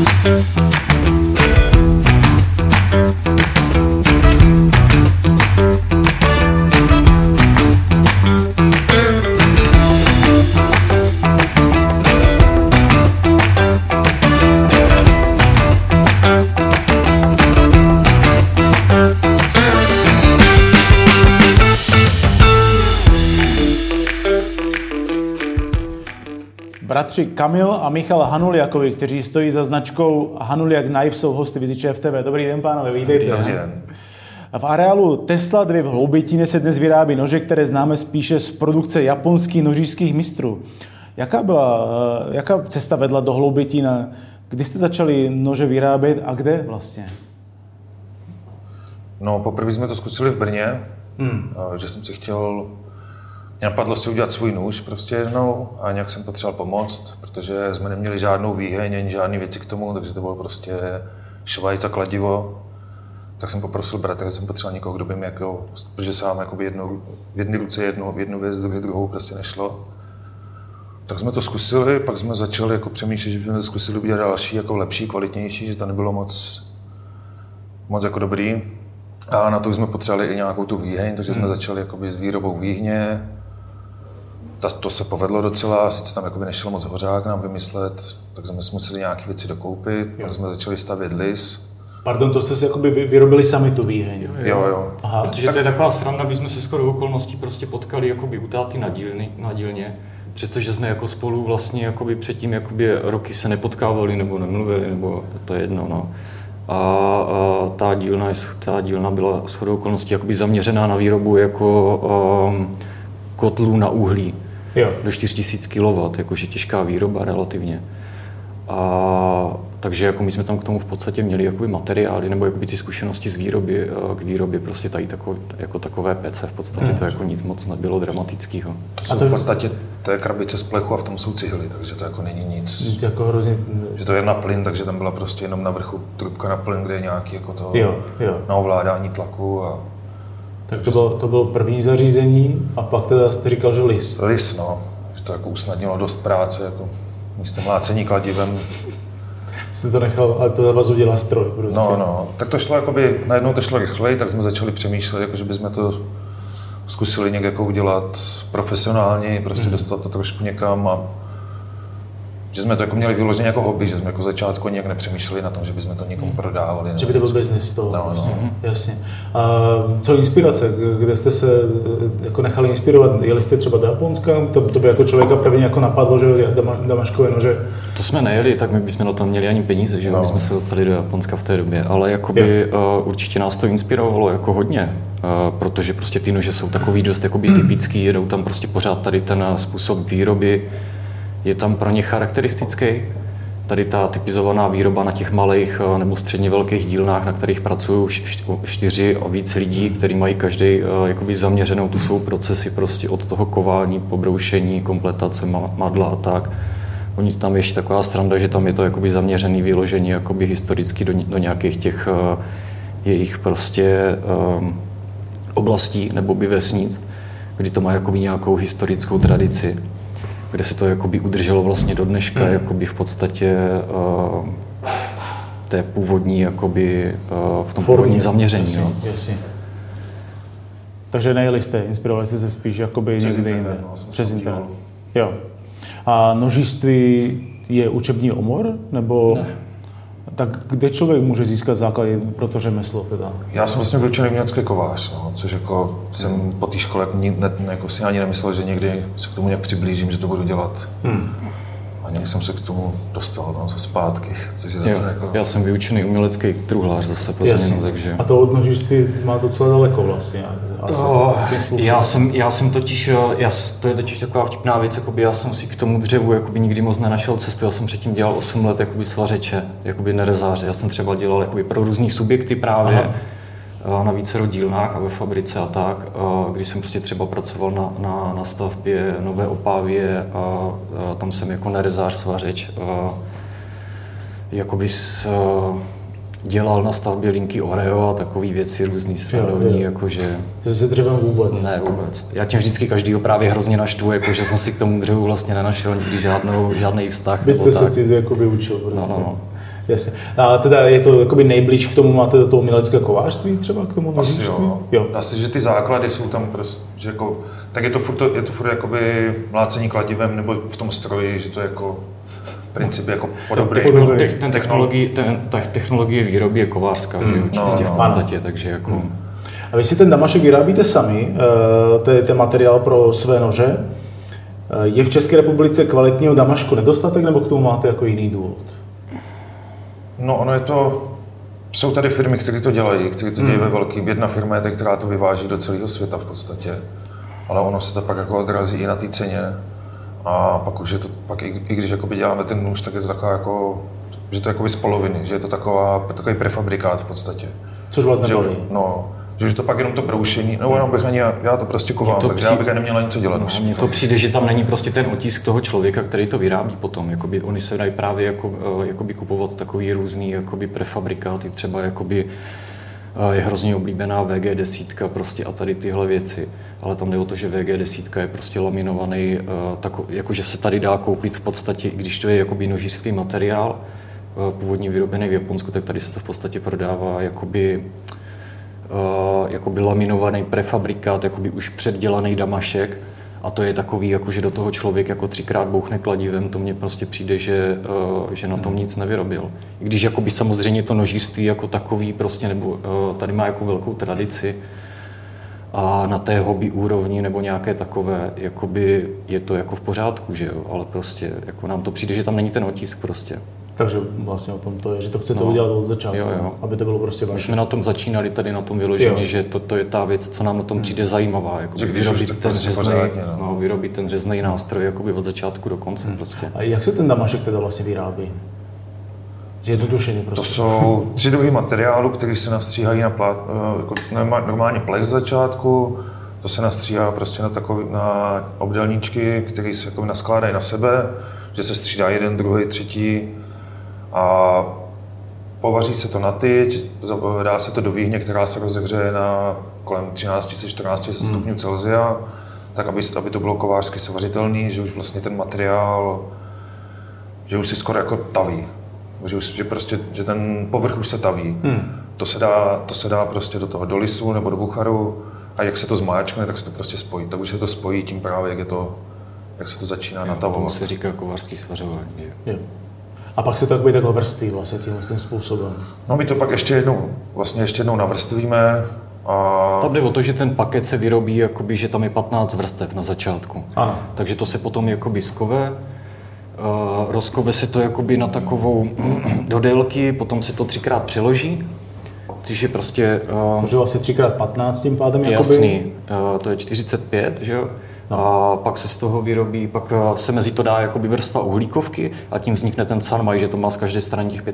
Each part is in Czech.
Bratři Kamil a Michal Hanuljakovi, kteří stojí za značkou Hanuljak Knife, jsou hosty Viziče FTV. Dobrý den, pánové, vítejte. Dobrý den. V areálu Tesla 2 v Hloubitíně se dnes vyrábí nože, které známe spíše z produkce japonských nožířských mistrů. Jaká cesta vedla do Hloubitína? Kdy jste začali nože vyrábět a kde vlastně? No, poprvé jsme to zkusili v Brně, že jsem si chtěl... Mě napadlo si udělat svůj nůž prostě jednou a nějak jsem potřeboval pomoct, protože jsme neměli žádnou výheň, ani žádný věci k tomu, takže to bylo prostě švajc a kladivo. Tak jsem poprosil bratra, že jsem potřeboval někoho, kdo by mi jako, protože sám jako v jedné ruce jednu věc, druhou prostě nešlo. Tak jsme to zkusili, pak jsme začali jako přemýšlet, že bychom to zkusili udělat další, jako lepší, kvalitnější, že to nebylo moc jako dobrý. A na to jsme potřebovali i nějakou tu výheň, takže jsme začali jakoby s výrobou výhně. To se povedlo docela, sice tam jakoby nešlo moc hořák nám vymyslet, tak jsme si museli nějaké věci dokoupit, pak jsme začali stavět lis. Pardon, to jste si jakoby vyrobili sami tu výheň? Jo. Aha, protože to je taková sranda, my jsme se skoro okolností prostě potkali jakoby u táty na dílně, přestože jsme jako spolu vlastně jakoby předtím jakoby roky se nepotkávali nebo nemluvili, nebo to je jedno, no. A ta dílna byla shodou okolností jakoby zaměřená na výrobu jako kotlů na uhlí. Jo. Do 4000 kW, jakože těžká výroba relativně. Takže jako my jsme tam k tomu v podstatě měli jakoby materiály nebo jakoby ty zkušenosti z výroby k výrobě prostě tady jako takové PC v podstatě to jako nic moc nebylo dramatického. To jsou v podstatě to je krabice z plechu a v tom jsou cihly, takže to jako není nic jako hrozně... Že to je na plyn, takže tam byla prostě jenom na vrchu trubka na plyn, kde je nějaký jako to na ovládání tlaku a... Tak to bylo první zařízení a pak teda jste říkal, že lis. Lis, no. Že to jako usnadnilo dost práce, jako místo mlácení kladivem. Jste to nechal, ale to za vás udělá stroj prostě. No. Tak to šlo jakoby, najednou to šlo rychleji, tak jsme začali přemýšlet, jako, že bychom to zkusili někde jako udělat profesionálně, prostě dostat to trošku někam a že jsme to jako měli vyloženě jako hobby, že jsme jako začátku nějak nepřemýšleli na tom, že bychom to někomu prodávali. Že by to byl business z toho. No. Jasně. A co inspirace? Kde jste se jako nechali inspirovat? Jeli jste třeba do Japonska? To by jako člověka prvně jako napadlo, že Damaškové nože? To jsme nejeli, tak my bychom na to měli ani peníze, že my jsme se dostali do Japonska v té době, ale jakoby určitě nás to inspirovalo jako hodně, protože prostě ty nože jsou takový dost jakoby typický, jedou tam prostě pořád tady ten způsob výroby, je tam pro ně charakteristický. Tady ta typizovaná výroba na těch malých nebo středně velkých dílnách, na kterých pracují 4 a víc lidí, kteří mají každý jakoby zaměřenou tu svou procesy prostě od toho kování, pobroušení, kompletace madla a tak. Oni tam ještě taková sranda, že tam je to jakoby zaměřený vyložení jakoby historicky do nějakých těch jejich prostě oblastí nebo by vesnic, kdy to má jakoby nějakou historickou tradici, kde se to jakoby udrželo vlastně do dneška, jakoby v podstatě té původní, jakoby v tom původním zaměření. Jasně. Takže nejeli jste, inspirovali jste se spíš jakoby někde jinde? Přes internet. Jo. A nožířství je učební obor, nebo? Ne. Tak kde člověk může získat základy pro to řemeslo teda? Já jsem vlastně vyučený německý kovář, což jako jsem po té škole jako si ani nemyslel, že někdy se k tomu nějak přiblížím, že to budu dělat. A někdy jsem se k tomu dostal zpátky. Což je jako... Já jsem vyučený umělecký truhlář zase po změnu, takže... A to od nožířství má docela daleko vlastně. Já jsem totiž, to je totiž taková vtipná věc, jakoby já jsem si k tomu dřevu jakoby nikdy moc nenašel cestu. Já jsem předtím dělal 8 let jakoby svařeče, jakoby nerezáře. Já jsem třeba dělal jakoby pro různý subjekty právě. Na vícero dílnách a ve fabrice a tak, když jsem prostě třeba pracoval na stavbě Nové Opávie a tam jsem jako nerezář, svařeč, jakoby dělal na stavbě linky Oreo a takové věci různý srandovní, jakože... To se dřevem vůbec? Ne, vůbec. Já tím vždycky každýho právě hrozně naštvu, jakože jsem si k tomu dřevu vlastně nenašel nikdy žádný vztah. Byť jste se jakoby učil prostě. No. Jasně. A teda je to jakoby nejblíž k tomu, máte do toho umělecké kovářství třeba, k tomu nožičství? Jo. Asi, že ty základy jsou tam prostě, že jako, tak je to furt jakoby mlácení kladivem nebo v tom stroji, že to je jako princip jako podobný. Technologie výroby je kovářská, že jo, čistě v podstatě, takže jako... A vy si ten damašek vyrábíte sami, ten materiál pro své nože. Je v České republice kvalitního damašku nedostatek, nebo k tomu máte jako jiný důvod? No, ono je to... Jsou tady firmy, které to dělají ve velkým. Jedna firma je ta, která to vyváží do celého světa v podstatě. Ale ono se to pak jako odrazí i na té ceně. A pak už je to, i když děláme ten nůž, tak je to taková jako... Že to je jakoby z poloviny, že je to takový prefabrikát v podstatě. Což vlastně baví. No, že to pak jenom to broušení, no jenom bych ani, já to prostě kovám, takže já bych ani neměl nic co dělat. No, mně to přijde, že tam není prostě ten otisk toho člověka, který to vyrábí potom. Jakoby, oni se dají právě jakoby kupovat takový různý jakoby prefabrikáty, třeba jakoby, je hrozně oblíbená VG10 prostě a tady tyhle věci. Ale tam jde o to, že VG10 je prostě laminovaný, jakože se tady dá koupit v podstatě, i když to je jakoby nožířský materiál, původně vyrobený v Japonsku, tak tady se to v podstatě prodává jakoby laminovaný prefabrikát, jakoby už předdělaný damašek. A to je takový, jakože do toho člověk jako 3krát bouchne kladivem, to mně prostě přijde, že na tom nic nevyrobil. I když jakoby samozřejmě to nožířství jako takový prostě, nebo tady má jako velkou tradici a na té hobby úrovni nebo nějaké takové, jakoby je to jako v pořádku, že jo, ale prostě jako nám to přijde, že tam není ten otisk prostě. Takže vlastně o tom to je, že to chcete udělat od začátku, jo. Aby to bylo prostě vaše. My jsme na tom začínali tady na tom vyloženě, že to je ta věc, co nám na tom přijde zajímavá, jakoby vyrobit ten řeznej nástroj jakoby od začátku do konce prostě. A jak se ten damašek teda vlastně vyrábí? Zjednodušeně prostě. To jsou 3 druhy materiálu, které se nastříhají jako normálně plech z začátku, to se nastříhá prostě na obdélníčky, které se jako naskládají na sebe, že se střídá jeden, druhý, třetí a povaří se to na tyč, dá se to do výhně, která se rozehřeje na kolem 13-14 stupňů Celsia, tak aby to bylo kovářsky svařitelný, že už vlastně ten materiál, že už si skoro jako taví. Že ten povrch už se taví. To se dá prostě do toho lisu nebo do bucharu a jak se to zmáčkne, tak se to prostě spojí. Tak už se to spojí tím právě, jak se to začíná natavovat. Tomu se říká kovářský svařování. Jo. A pak se to takhle vrství vlastně tím způsobem. No my to pak ještě jednou navrstvíme. A... Tam jde o to, že ten paket se vyrobí, jakoby, že tam je 15 vrstev na začátku. Ano. Takže to se potom jakoby skove. Rozkove se to jakoby na takovou do délky, potom se to 3krát přeloží, což je prostě... Takže vlastně 3x15 tím pádem jakoby? Jasný, to je 45, že jo? No. A pak se z toho vyrobí, pak se mezi to dá jakoby vrstva uhlíkovky a tím vznikne ten sanmai, že to má z každé strany těch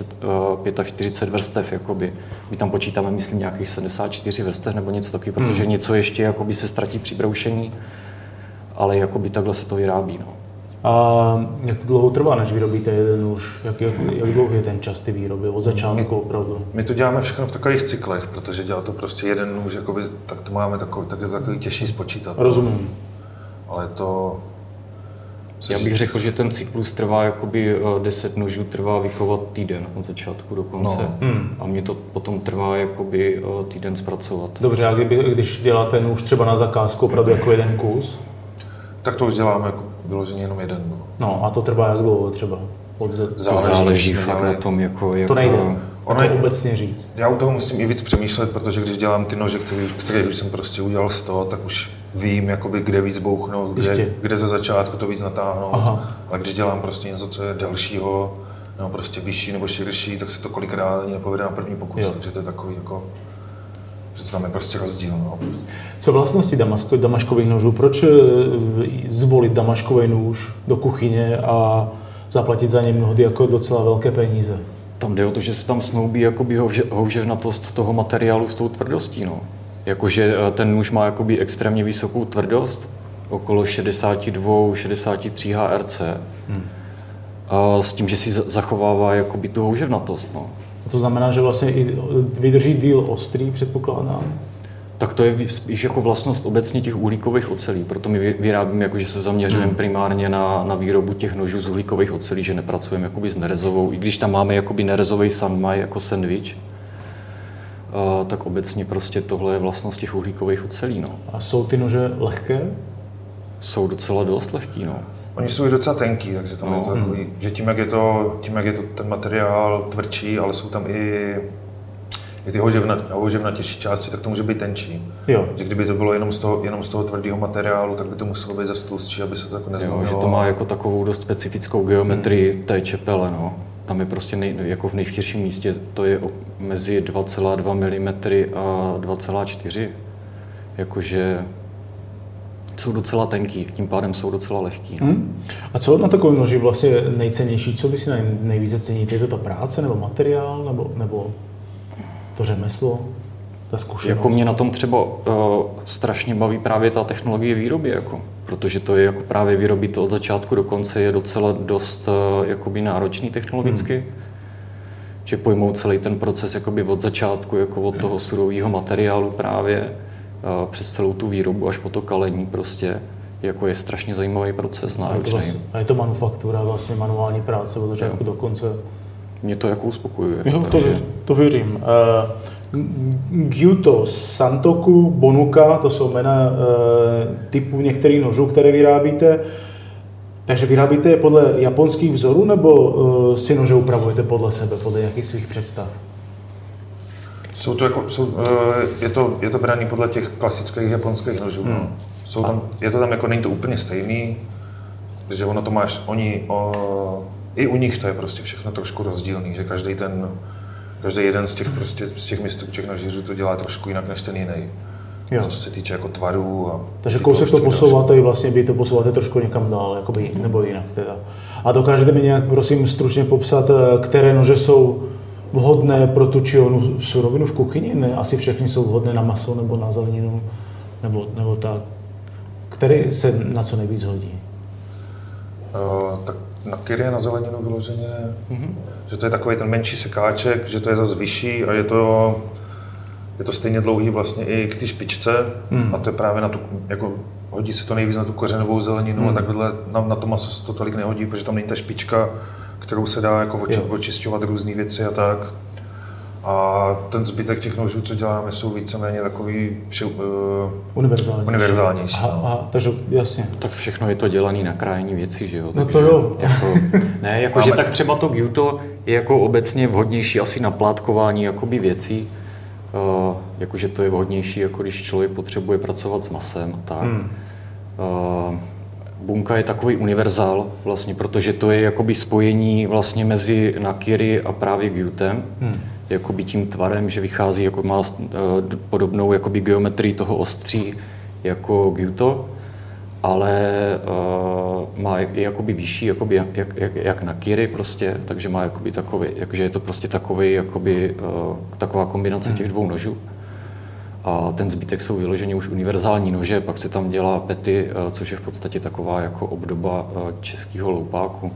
45 vrstev, jakoby. My tam počítáme, myslím, nějakých 74 vrstev nebo něco taky, protože něco ještě jakoby se ztratí při broušení, ale jakoby takhle se to vyrábí, no. A jak to dlouho trvá, než vyrobíte jeden nůž? Jak dlouho je ten čas ty výroby? Od začátku opravdu? My to děláme všechno v takových cyklech, protože dělá to prostě jeden nůž, jakoby, tak to máme takový těžší spočítat. Rozumím. Ale to... Já bych řekl, že ten cyklus trvá jakoby 10 nožů, trvá vykovat týden od začátku do konce. No. A mě to potom trvá jakoby týden zpracovat. Dobře, a když děláte nůž třeba na zakázku opravdu jako jeden kus? Tak to už děláme jako vyloženě jenom jeden. No a to trvá jak dlouho třeba? To záleží fakt na tom, jako... To nejde. Ono je obecně říct. Já u toho musím i víc přemýšlet, protože když dělám ty nože, které už jsem prostě udělal 100, tak už vím, jakoby, kde víc bouchnout, kde ze začátku to víc natáhnout. Aha. Ale když dělám prostě něco, co je delšího, nebo prostě vyšší nebo širší, tak se to kolikrát ani nepovede na první pokus. Jo. Takže to je takový jako... že to tam je prostě rozdíl. No. Co vlastnosti damaškových nožů? Proč zvolit damaškový nůž do kuchyně a zaplatit za ně mnohdy jako docela velké peníze? Tam jde o to, že se tam snoubí jakoby houževnatost toho materiálu s tou tvrdostí. No. Jakože ten nůž má jakoby extrémně vysokou tvrdost, okolo 62-63 HRC. A s tím, že si zachovává jakoby tu houževnatost. No. A to znamená, že vlastně i vydrží díl ostrý, předpokládám? Tak to je spíš jako vlastnost obecně těch uhlíkových ocelí, proto my vyrábíme, jako, že se zaměřujeme primárně na výrobu těch nožů z uhlíkových ocelí, že nepracujeme jakoby s nerezovou, i když tam máme jakoby nerezový sanmai jako sandwich, tak obecně prostě tohle je vlastnost těch uhlíkových ocelí. No. A jsou ty nože lehké? Jsou docela dost lehký, no. Oni jsou i docela tenký, takže tam je to takový, že tím, jak je to ten materiál tvrdší, ale jsou tam i ty hoževnatější části, tak to může být tenčí. Jo. Že kdyby to bylo jenom z toho tvrdého materiálu, tak by to muselo být zase tlustší, aby se to jako nezlomilo. Jo, že to má jako takovou dost specifickou geometrii té čepele, no. Tam je prostě jako v nejvširším místě, to je mezi 2,2 mm a 2,4. Jakože jsou docela tenký, tím pádem jsou docela lehký. No. A co na takovém noži vlastně nejcennější? Co by si nejvíce ceníte? Je to ta práce, nebo materiál, nebo to řemeslo, ta zkušenost? Jako mě na tom třeba strašně baví právě ta technologie výroby, jako, protože to je jako právě vyrobit to od začátku do konce je docela dost jakoby náročný technologicky. Že pojmout celý ten proces jakoby od začátku, jako od toho surového materiálu právě, přes celou tu výrobu až po to kalení prostě, jako je strašně zajímavý proces, náročný. A je to manufaktura, vlastně manuální práce od začátku do konce. Mě to jako uspokojuje. Jo, to věřím. Gyuto, Santoku, Bonuka, to jsou jména typu některých nožů, které vyrábíte. Takže vyrábíte je podle japonských vzorů, nebo si nože upravujete podle sebe, podle nějakých svých představ? Je to braný podle těch klasických japonských nožů. Je to tam jako, není to úplně stejný, protože ono to máš, i u nich to je prostě všechno trošku rozdílný, že každý jeden z těch mistrů, těch nožířů to dělá trošku jinak než ten jiný. Jo. Co se týče jako tvarů. Takže kousek to posouváte i vlastně vy to posouváte trošku někam dál, jakoby, nebo jinak teda. A dokážete mi nějak, prosím, stručně popsat, které nože jsou vhodné pro tu či onu surovinu v kuchyni? Ne, asi všechny jsou vhodné na maso nebo na zeleninu, nebo tak. Který se na co nejvíc hodí? Tak na curry je na zeleninu vyloženě, že to je takový ten menší sekáček, že to je zase vyšší a je to stejně dlouhý vlastně i k té špičce a to je právě na tu, jako hodí se to nejvíc na tu kořenovou zeleninu a takhle na to maso se to tolik nehodí, protože tam není ta špička, kterou se dá jako očisťovat různé věci a tak. A ten zbytek těch nožů, co děláme, jsou víceméně takový univerzálnější. Aha, takže jasně. Tak všechno je to dělané na krájení věcí, že jo? No to jo. Že tak třeba to gyuto je jako obecně vhodnější asi na plátkování jakoby věcí. Jakože to je vhodnější, jako když člověk potřebuje pracovat s masem. Tak. Bunka je takový univerzál, vlastně, protože to je jakoby spojení vlastně mezi nakiri a právě gyutem. Jakoby tím tvarem, že vychází, jako má podobnou jakoby geometrii toho ostří jako gyuto, ale má i jakoby vyšší, jakoby jak nakiri prostě, takže má jakoby takový, jakože je to prostě takový, jakoby, taková kombinace těch dvou nožů. A ten zbytek jsou vyloženě už univerzální nože, pak se tam dělá pety, což je v podstatě taková jako obdoba českého loupáku,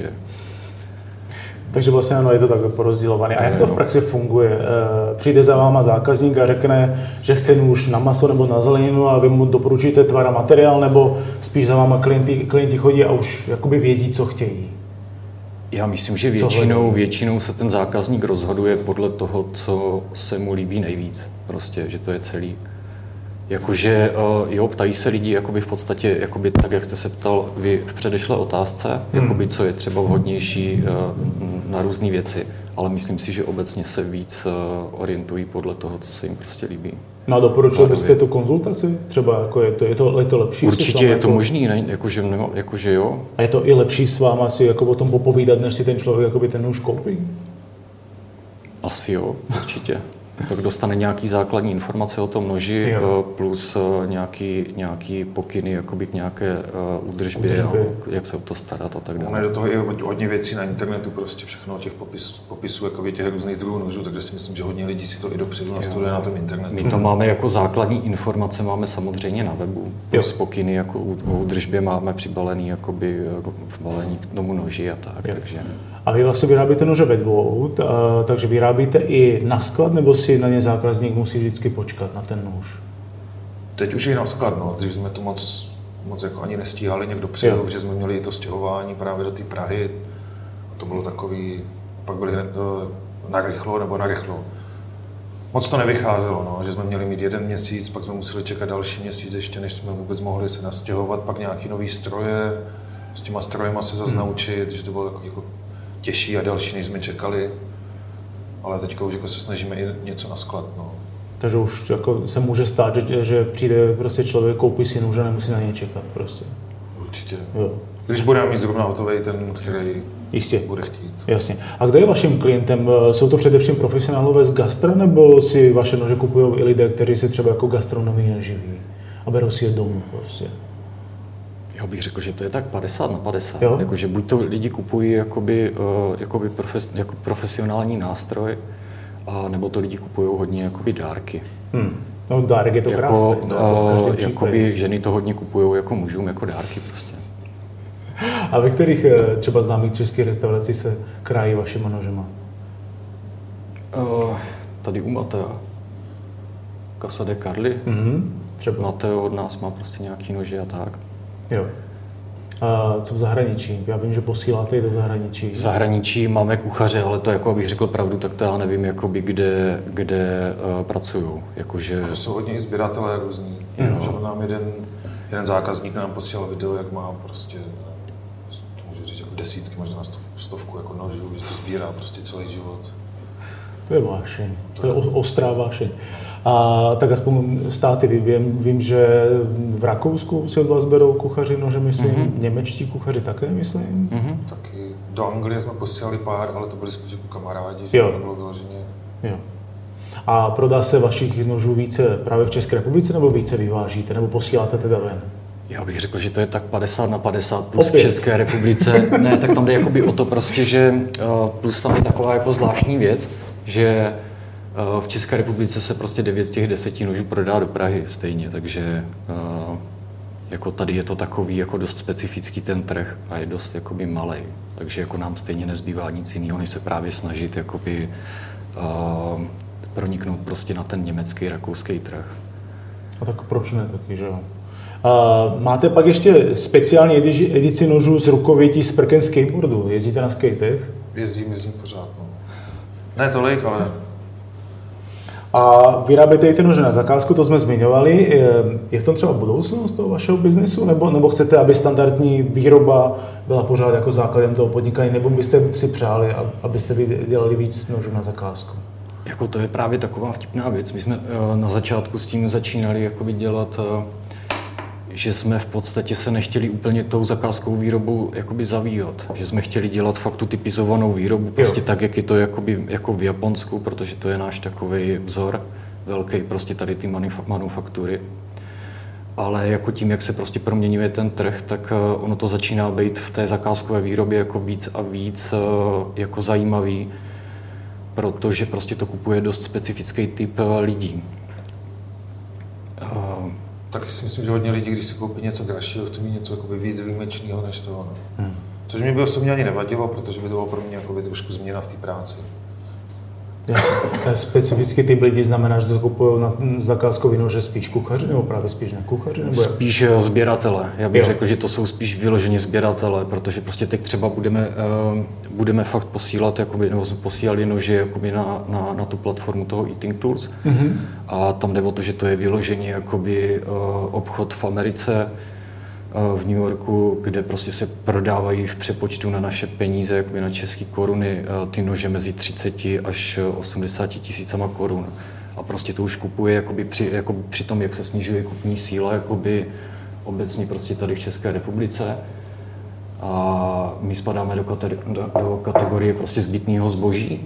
Takže vlastně ano, je to takhle porozdělované. A jak to v praxi funguje? Přijde za váma zákazník a řekne, že chce nůž na maso nebo na zeleninu a vy mu doporučíte tvar a materiál, nebo spíš za váma klienti chodí a už jakoby vědí, co chtějí? Já myslím, že většinou se ten zákazník rozhoduje podle toho, co se mu líbí nejvíc. Prostě, že to je celý. Jakože jo, ptají se lidi jakoby v podstatě, jakoby tak, jak jste se ptal vy v předešlé otázce, jakoby co je třeba vhodnější na různé věci, ale myslím si, že obecně se víc orientují podle toho, co se jim prostě líbí. No a doporučil byste tu konzultaci? Třeba jako je to lepší? Určitě je to možný, ne? Jakože jo. A je to i lepší s váma si jako o tom popovídat, než si ten člověk jakoby ten nůž koupí? Asi jo, určitě. Tak dostane nějaký základní informace o tom noži plus nějaký pokyny jakoby k nějaké údržbě. Jak se o to starat a tak dále. Ono je do toho i hodně věcí na internetu, prostě všechno o těch popisů jakoby těch různých druhů nožů, takže si myslím, že hodně lidí si to i dopředu nastuduje na tom internetu. My to máme jako základní informace, máme samozřejmě na webu, plus pokyny jako o údržbě máme přibalený jakoby v balení k tomu noži a tak, takže... A vy vlastně vyrábíte nože ve dvou, takže vyrábíte i na sklad, nebo si na ně zákazník musí vždycky počkat na ten nůž? Teď už je na sklad, no. Dřív jsme to moc jako ani nestíhali někdo přijel, že jsme měli to stěhování právě do té Prahy. A to bylo takový, pak byli hned narychlo. Moc to nevycházelo, no, že jsme měli mít 1 měsíc, pak jsme museli čekat další měsíc ještě, než jsme vůbec mohli se nastěhovat, pak nějaký nový stroje, s těma strojema se zase naučit, že to bylo jako těžší a další, než jsme čekali. Ale teďka už jako se snažíme i něco na sklad, no. Takže už jako se může stát, že přijde prostě člověk, koupí si nůž a nemusí na něj čekat prostě. Určitě. Jo. Když budeme mít zrovna hotový ten, který jistě bude chtít. Jasně. A kdo je vaším klientem? Jsou to především profesionálové z gastra, nebo si vaše nože kupují i lidé, kteří se třeba jako gastronomii neživí a berou si je domů prostě? Já bych řekl, že to je tak 50/50. Jo? Jakože buď to lidi kupují jako profesionální nástroj, a nebo to lidi kupují hodně jakoby dárky. No dárek je to krásné. Jakoby ženy to hodně kupují jako mužům, jako dárky prostě. A ve kterých třeba známých českých restaurací se krájí vašima nožema? Tady u Matea. Casa de Carli. Třeba. Mateo od nás má prostě nějaký nože a tak. Jo. A co v zahraničí? Já vím, že posíláte i do zahraničí. V zahraničí máme kuchaře, ale to, jako abych řekl pravdu, tak to já nevím, jakoby, kde pracují. Jakože... A to jsou hodně i sběratelé různý. Že nám jeden zákazník nám posílal video, jak má prostě, můžu říct, jako desítky, možná stovku jako nožů, že to sbírá prostě celý život. To je vášeň. To je ostrá vášeň. A tak aspoň státy vím, že v Rakousku si od vás berou kuchaři nože, myslím, němečtí kuchaři také, myslím. Taky do Anglie jsme posílali pár, ale to byli spíš jako kamarádi, že to nebylo vyloženě. Jo. A prodá se vašich nožů více právě v České republice, nebo více vyvážíte, nebo posíláte teda ven? Já bych řekl, že to je tak 50/50 plus v České republice. Ne, tak tam jde jakoby o to prostě, že plus tam je taková jako zvláštní věc, že v České republice se prostě 9 z těch 10 nožů prodá do Prahy stejně, takže jako tady je to takový jako dost specifický ten trh a je dost jakoby malej, takže jako nám stejně nezbývá nic jiného, než se právě snažit jakoby proniknout prostě na ten německý, rakouský trh. A tak proč ne taky, že jo? Máte pak ještě speciální edici nožů z rukovětí z prken skateboardu. Jezdíte na skatech? Jezdím pořád, no. Ne tolik, ale... A vyráběte i ty nože na zakázku, to jsme zmiňovali. Je v tom třeba budoucnost toho vašeho biznesu? Nebo chcete, aby standardní výroba byla pořád jako základem toho podnikání? Nebo byste si přáli, abyste dělali víc nožů na zakázku? Jako to je právě taková vtipná věc. My jsme na začátku s tím začínali jakoby dělat, že jsme v podstatě se nechtěli úplně tou zakázkovou výrobou jakoby zavírat. Že jsme chtěli dělat fakt tu typizovanou výrobu, prostě tak, jak je to jakoby, jako v Japonsku, protože to je náš takový vzor velký, prostě tady ty manufaktury. Ale jako tím, jak se prostě proměňuje ten trh, tak ono to začíná být v té zakázkové výrobě jako víc a víc jako zajímavý, protože prostě to kupuje dost specifický typ lidí. Taky si myslím, že hodně lidí, když si koupí něco dražšího, chce mít něco víc výjimečného než toho. No. Což mě by osobně ani nevadilo, protože by to bylo pro mě trošku změna v té práci. Ten specifický typ lidí znamená, že to kupují na zakázkový nože spíš kuchaři, nebo právě spíš nekuchaři? Nebo spíš sběratele. Já bych řekl, že to jsou spíš vyloženě sběratele, protože prostě teď třeba budeme fakt posílat, jakoby, nebo jsme posílali nože jakoby na tu platformu toho Eating Tools. A tam jde o to, že to je vyloženě jakoby obchod v Americe, v New Yorku, kde prostě se prodávají v přepočtu na naše peníze, jakoby na české koruny, ty nože mezi 30 až 80 tisícama korun. A prostě to už kupuje jakoby při tom, jak se snižuje kupní síla jakoby obecně prostě tady v České republice. A my spadáme do kategorie prostě zbytného zboží.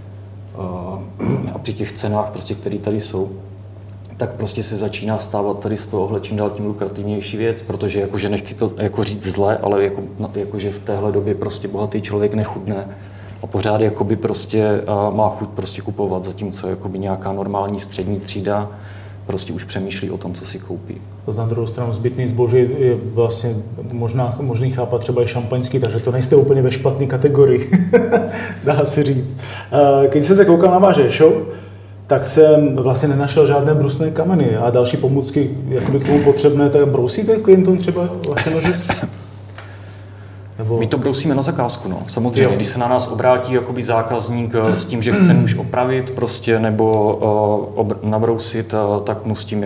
A při těch cenách, prostě, které tady jsou, tak prostě se začíná stávat tady z tohohle čím dál tím lukrativnější věc, protože jakože nechci to jako říct zle, ale jakože v téhle době prostě bohatý člověk nechudne a pořád jakoby prostě má chuť prostě kupovat, zatímco jakoby nějaká normální střední třída prostě už přemýšlí o tom, co si koupí. Na druhou stranu zbytný zboží je vlastně možný chápat třeba i šampaňský, takže to nejste úplně ve špatné kategorii, dá se říct. Když jsem se koukal na váš e-shop, tak jsem vlastně nenašel žádné brusné kameny a další pomůcky jakoby k tomu potřebné, tak brousíte klientům třeba vaše nože? Nebo... My to brousíme na zakázku, no. Samozřejmě, když se na nás obrátí jakoby zákazník s tím, že chce nůž opravit prostě, nebo nabrousit, tak mu s tím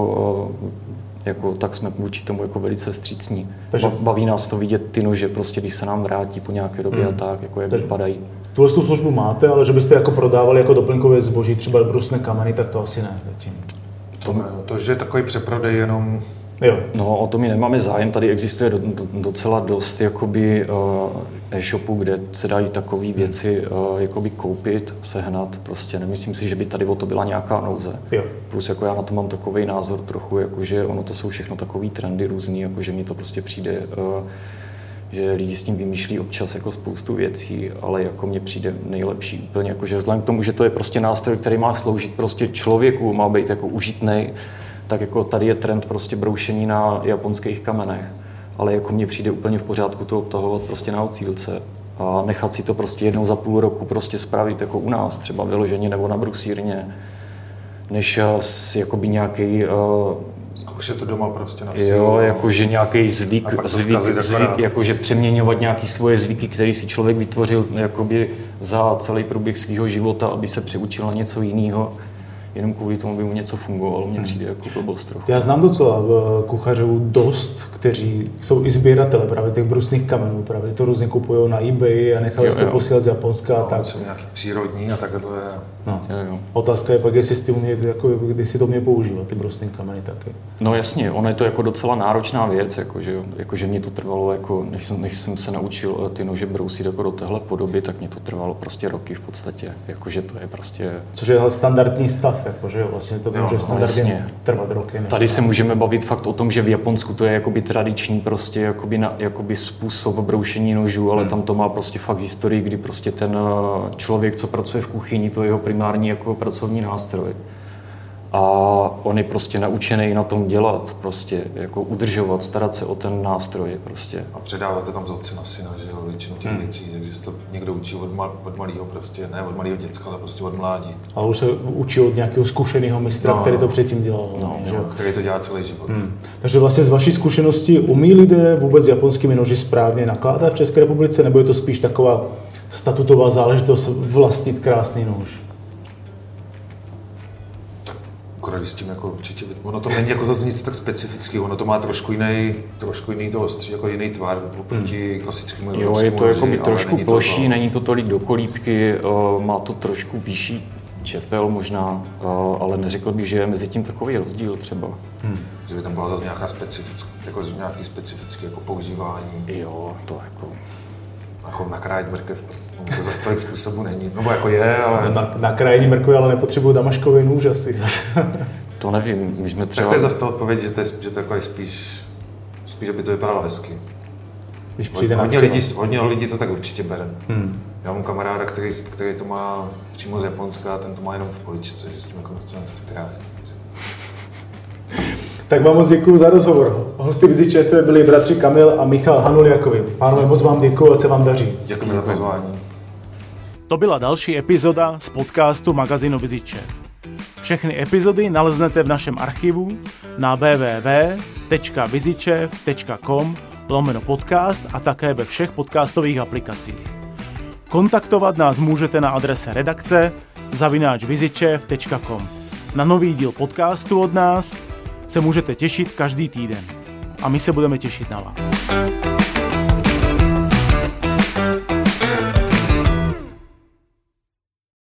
tak jsme vůči tomu jako velice vstřícní. Takže... Baví nás to vidět ty nože, prostě, když se nám vrátí po nějaké době a tak, jako jak vypadají. Tuhle službu máte, ale že byste jako prodávali jako doplňkové zboží, třeba brusné kameny, tak to asi ne zatím. To, že je takový přeprodej jenom... Jo. No, o to my nemáme zájem. Tady existuje docela dost jakoby e-shopů, kde se dají takové věci jakoby koupit, sehnat. Prostě nemyslím si, že by tady o to byla nějaká nouze. Jo. Plus jako já na to mám takovej názor trochu, jakože ono to jsou všechno takový trendy různý, jakože mi to prostě přijde, že lidi s tím vymýšlí občas jako spoustu věcí, ale jako mně přijde nejlepší úplně, jakože vzhledem k tomu, že to je prostě nástroj, který má sloužit prostě člověku, má být jako užitnej, tak jako tady je trend prostě broušení na japonských kamenech, ale jako mně přijde úplně v pořádku to odtahovat prostě na ocílce a nechat si to prostě jednou za půl roku prostě spravit jako u nás, třeba vyloženě nebo na brusírně, než si jakoby nějaký zkoušet to doma prostě na sílu. Jo, jakože nějaký zvyk, jakože přeměňovat nějaký svoje zvyky, který si člověk vytvořil jakoby za celý průběh svého života, aby se přeučil na něco jiného. Jenom kvůli tomu, by mu něco fungovalo, mně přijde jako blbost trochu. Já znám docela kuchařů dost, kteří jsou i sběratele právě těch brusných kamenů, právě to různě kupují na eBay a nechali jste posílat z Japonska a tak. Jsou nějaký přírodní a takhle to je. No. Jo. Otázka je pak, jestli jako, kdy si to mě používat, ty brusné kameny taky. No jasně, ono je to jako docela náročná věc, jakože mě to trvalo, jako, než jsem se naučil ty nože brousit jako do téhle podoby, tak mě to trvalo prostě roky v podstatě, jakože to je prostě... Což je standardní stav, jakože jo, vlastně to může standardně trvat roky. Tady se můžeme bavit fakt o tom, že v Japonsku to je jakoby tradiční prostě jakoby způsob broušení nožů, ale tam to má prostě fakt historii, kdy prostě ten člověk, co pracuje v kuchyni, to je jeho primární jako pracovní nástroj. A on je prostě naučený na tom dělat, prostě jako udržovat, starat se o ten nástroj prostě. A předávat to tam z otce na syna, že jo, většinu těch věcí, takže se to někdo učí od malého prostě, ne od malého děcka, ale prostě od mládí. A už se učí od nějakého zkušeného mistra, který to předtím dělal. Že jo, který to dělá celý život. Takže vlastně z vaší zkušenosti umí lidé vůbec s japonskými noži správně nakládat v České republice, nebo je to spíš taková statutová záležitost vlastnit krásný nůž? S tím jako určitě, ono to není jako zase nic tak specifického, ono to má trošku jiný to ostří, jako jiný tvar oproti klasickému evropskému. Jo, je to jako by trošku ploší, není to tolik do kolíbky, má to trošku vyšší čepel možná, ale neřekl bych, že je mezi tím takový rozdíl třeba. Že by tam byla zase nějaká nějaký specifický jako používání. Jo, to jako nakrájet mrkev, to zase tolik způsobu není. No jako je, ale... Nakrájení mrkve, ale nepotřebuju damaškový nůž asi. To nevím, my jsme třeba... Tak to je zase to odpověď, že to je spíš, aby to vypadalo hezky. Když přijde hodně lidí to tak určitě bere. Já mám kamaráda, který to má přímo z Japonska a ten to má jenom v poličce, že s tím jako nechce krájet. Tak vám moc děkuji za rozhovor. Hosty VizitChef byli bratři Kamil a Michal Hanuljakovi. Pánové, moc vám děkuji, ať se vám daří. Děkujeme za pozvání. To byla další epizoda z podcastu magazínu VizitChef. Všechny epizody naleznete v našem archivu na www.vizitchef.com/podcast a také ve všech podcastových aplikacích. Kontaktovat nás můžete na adrese redakce@vizitchef.com. Na nový díl podcastu od nás se můžete těšit každý týden. A my se budeme těšit na vás.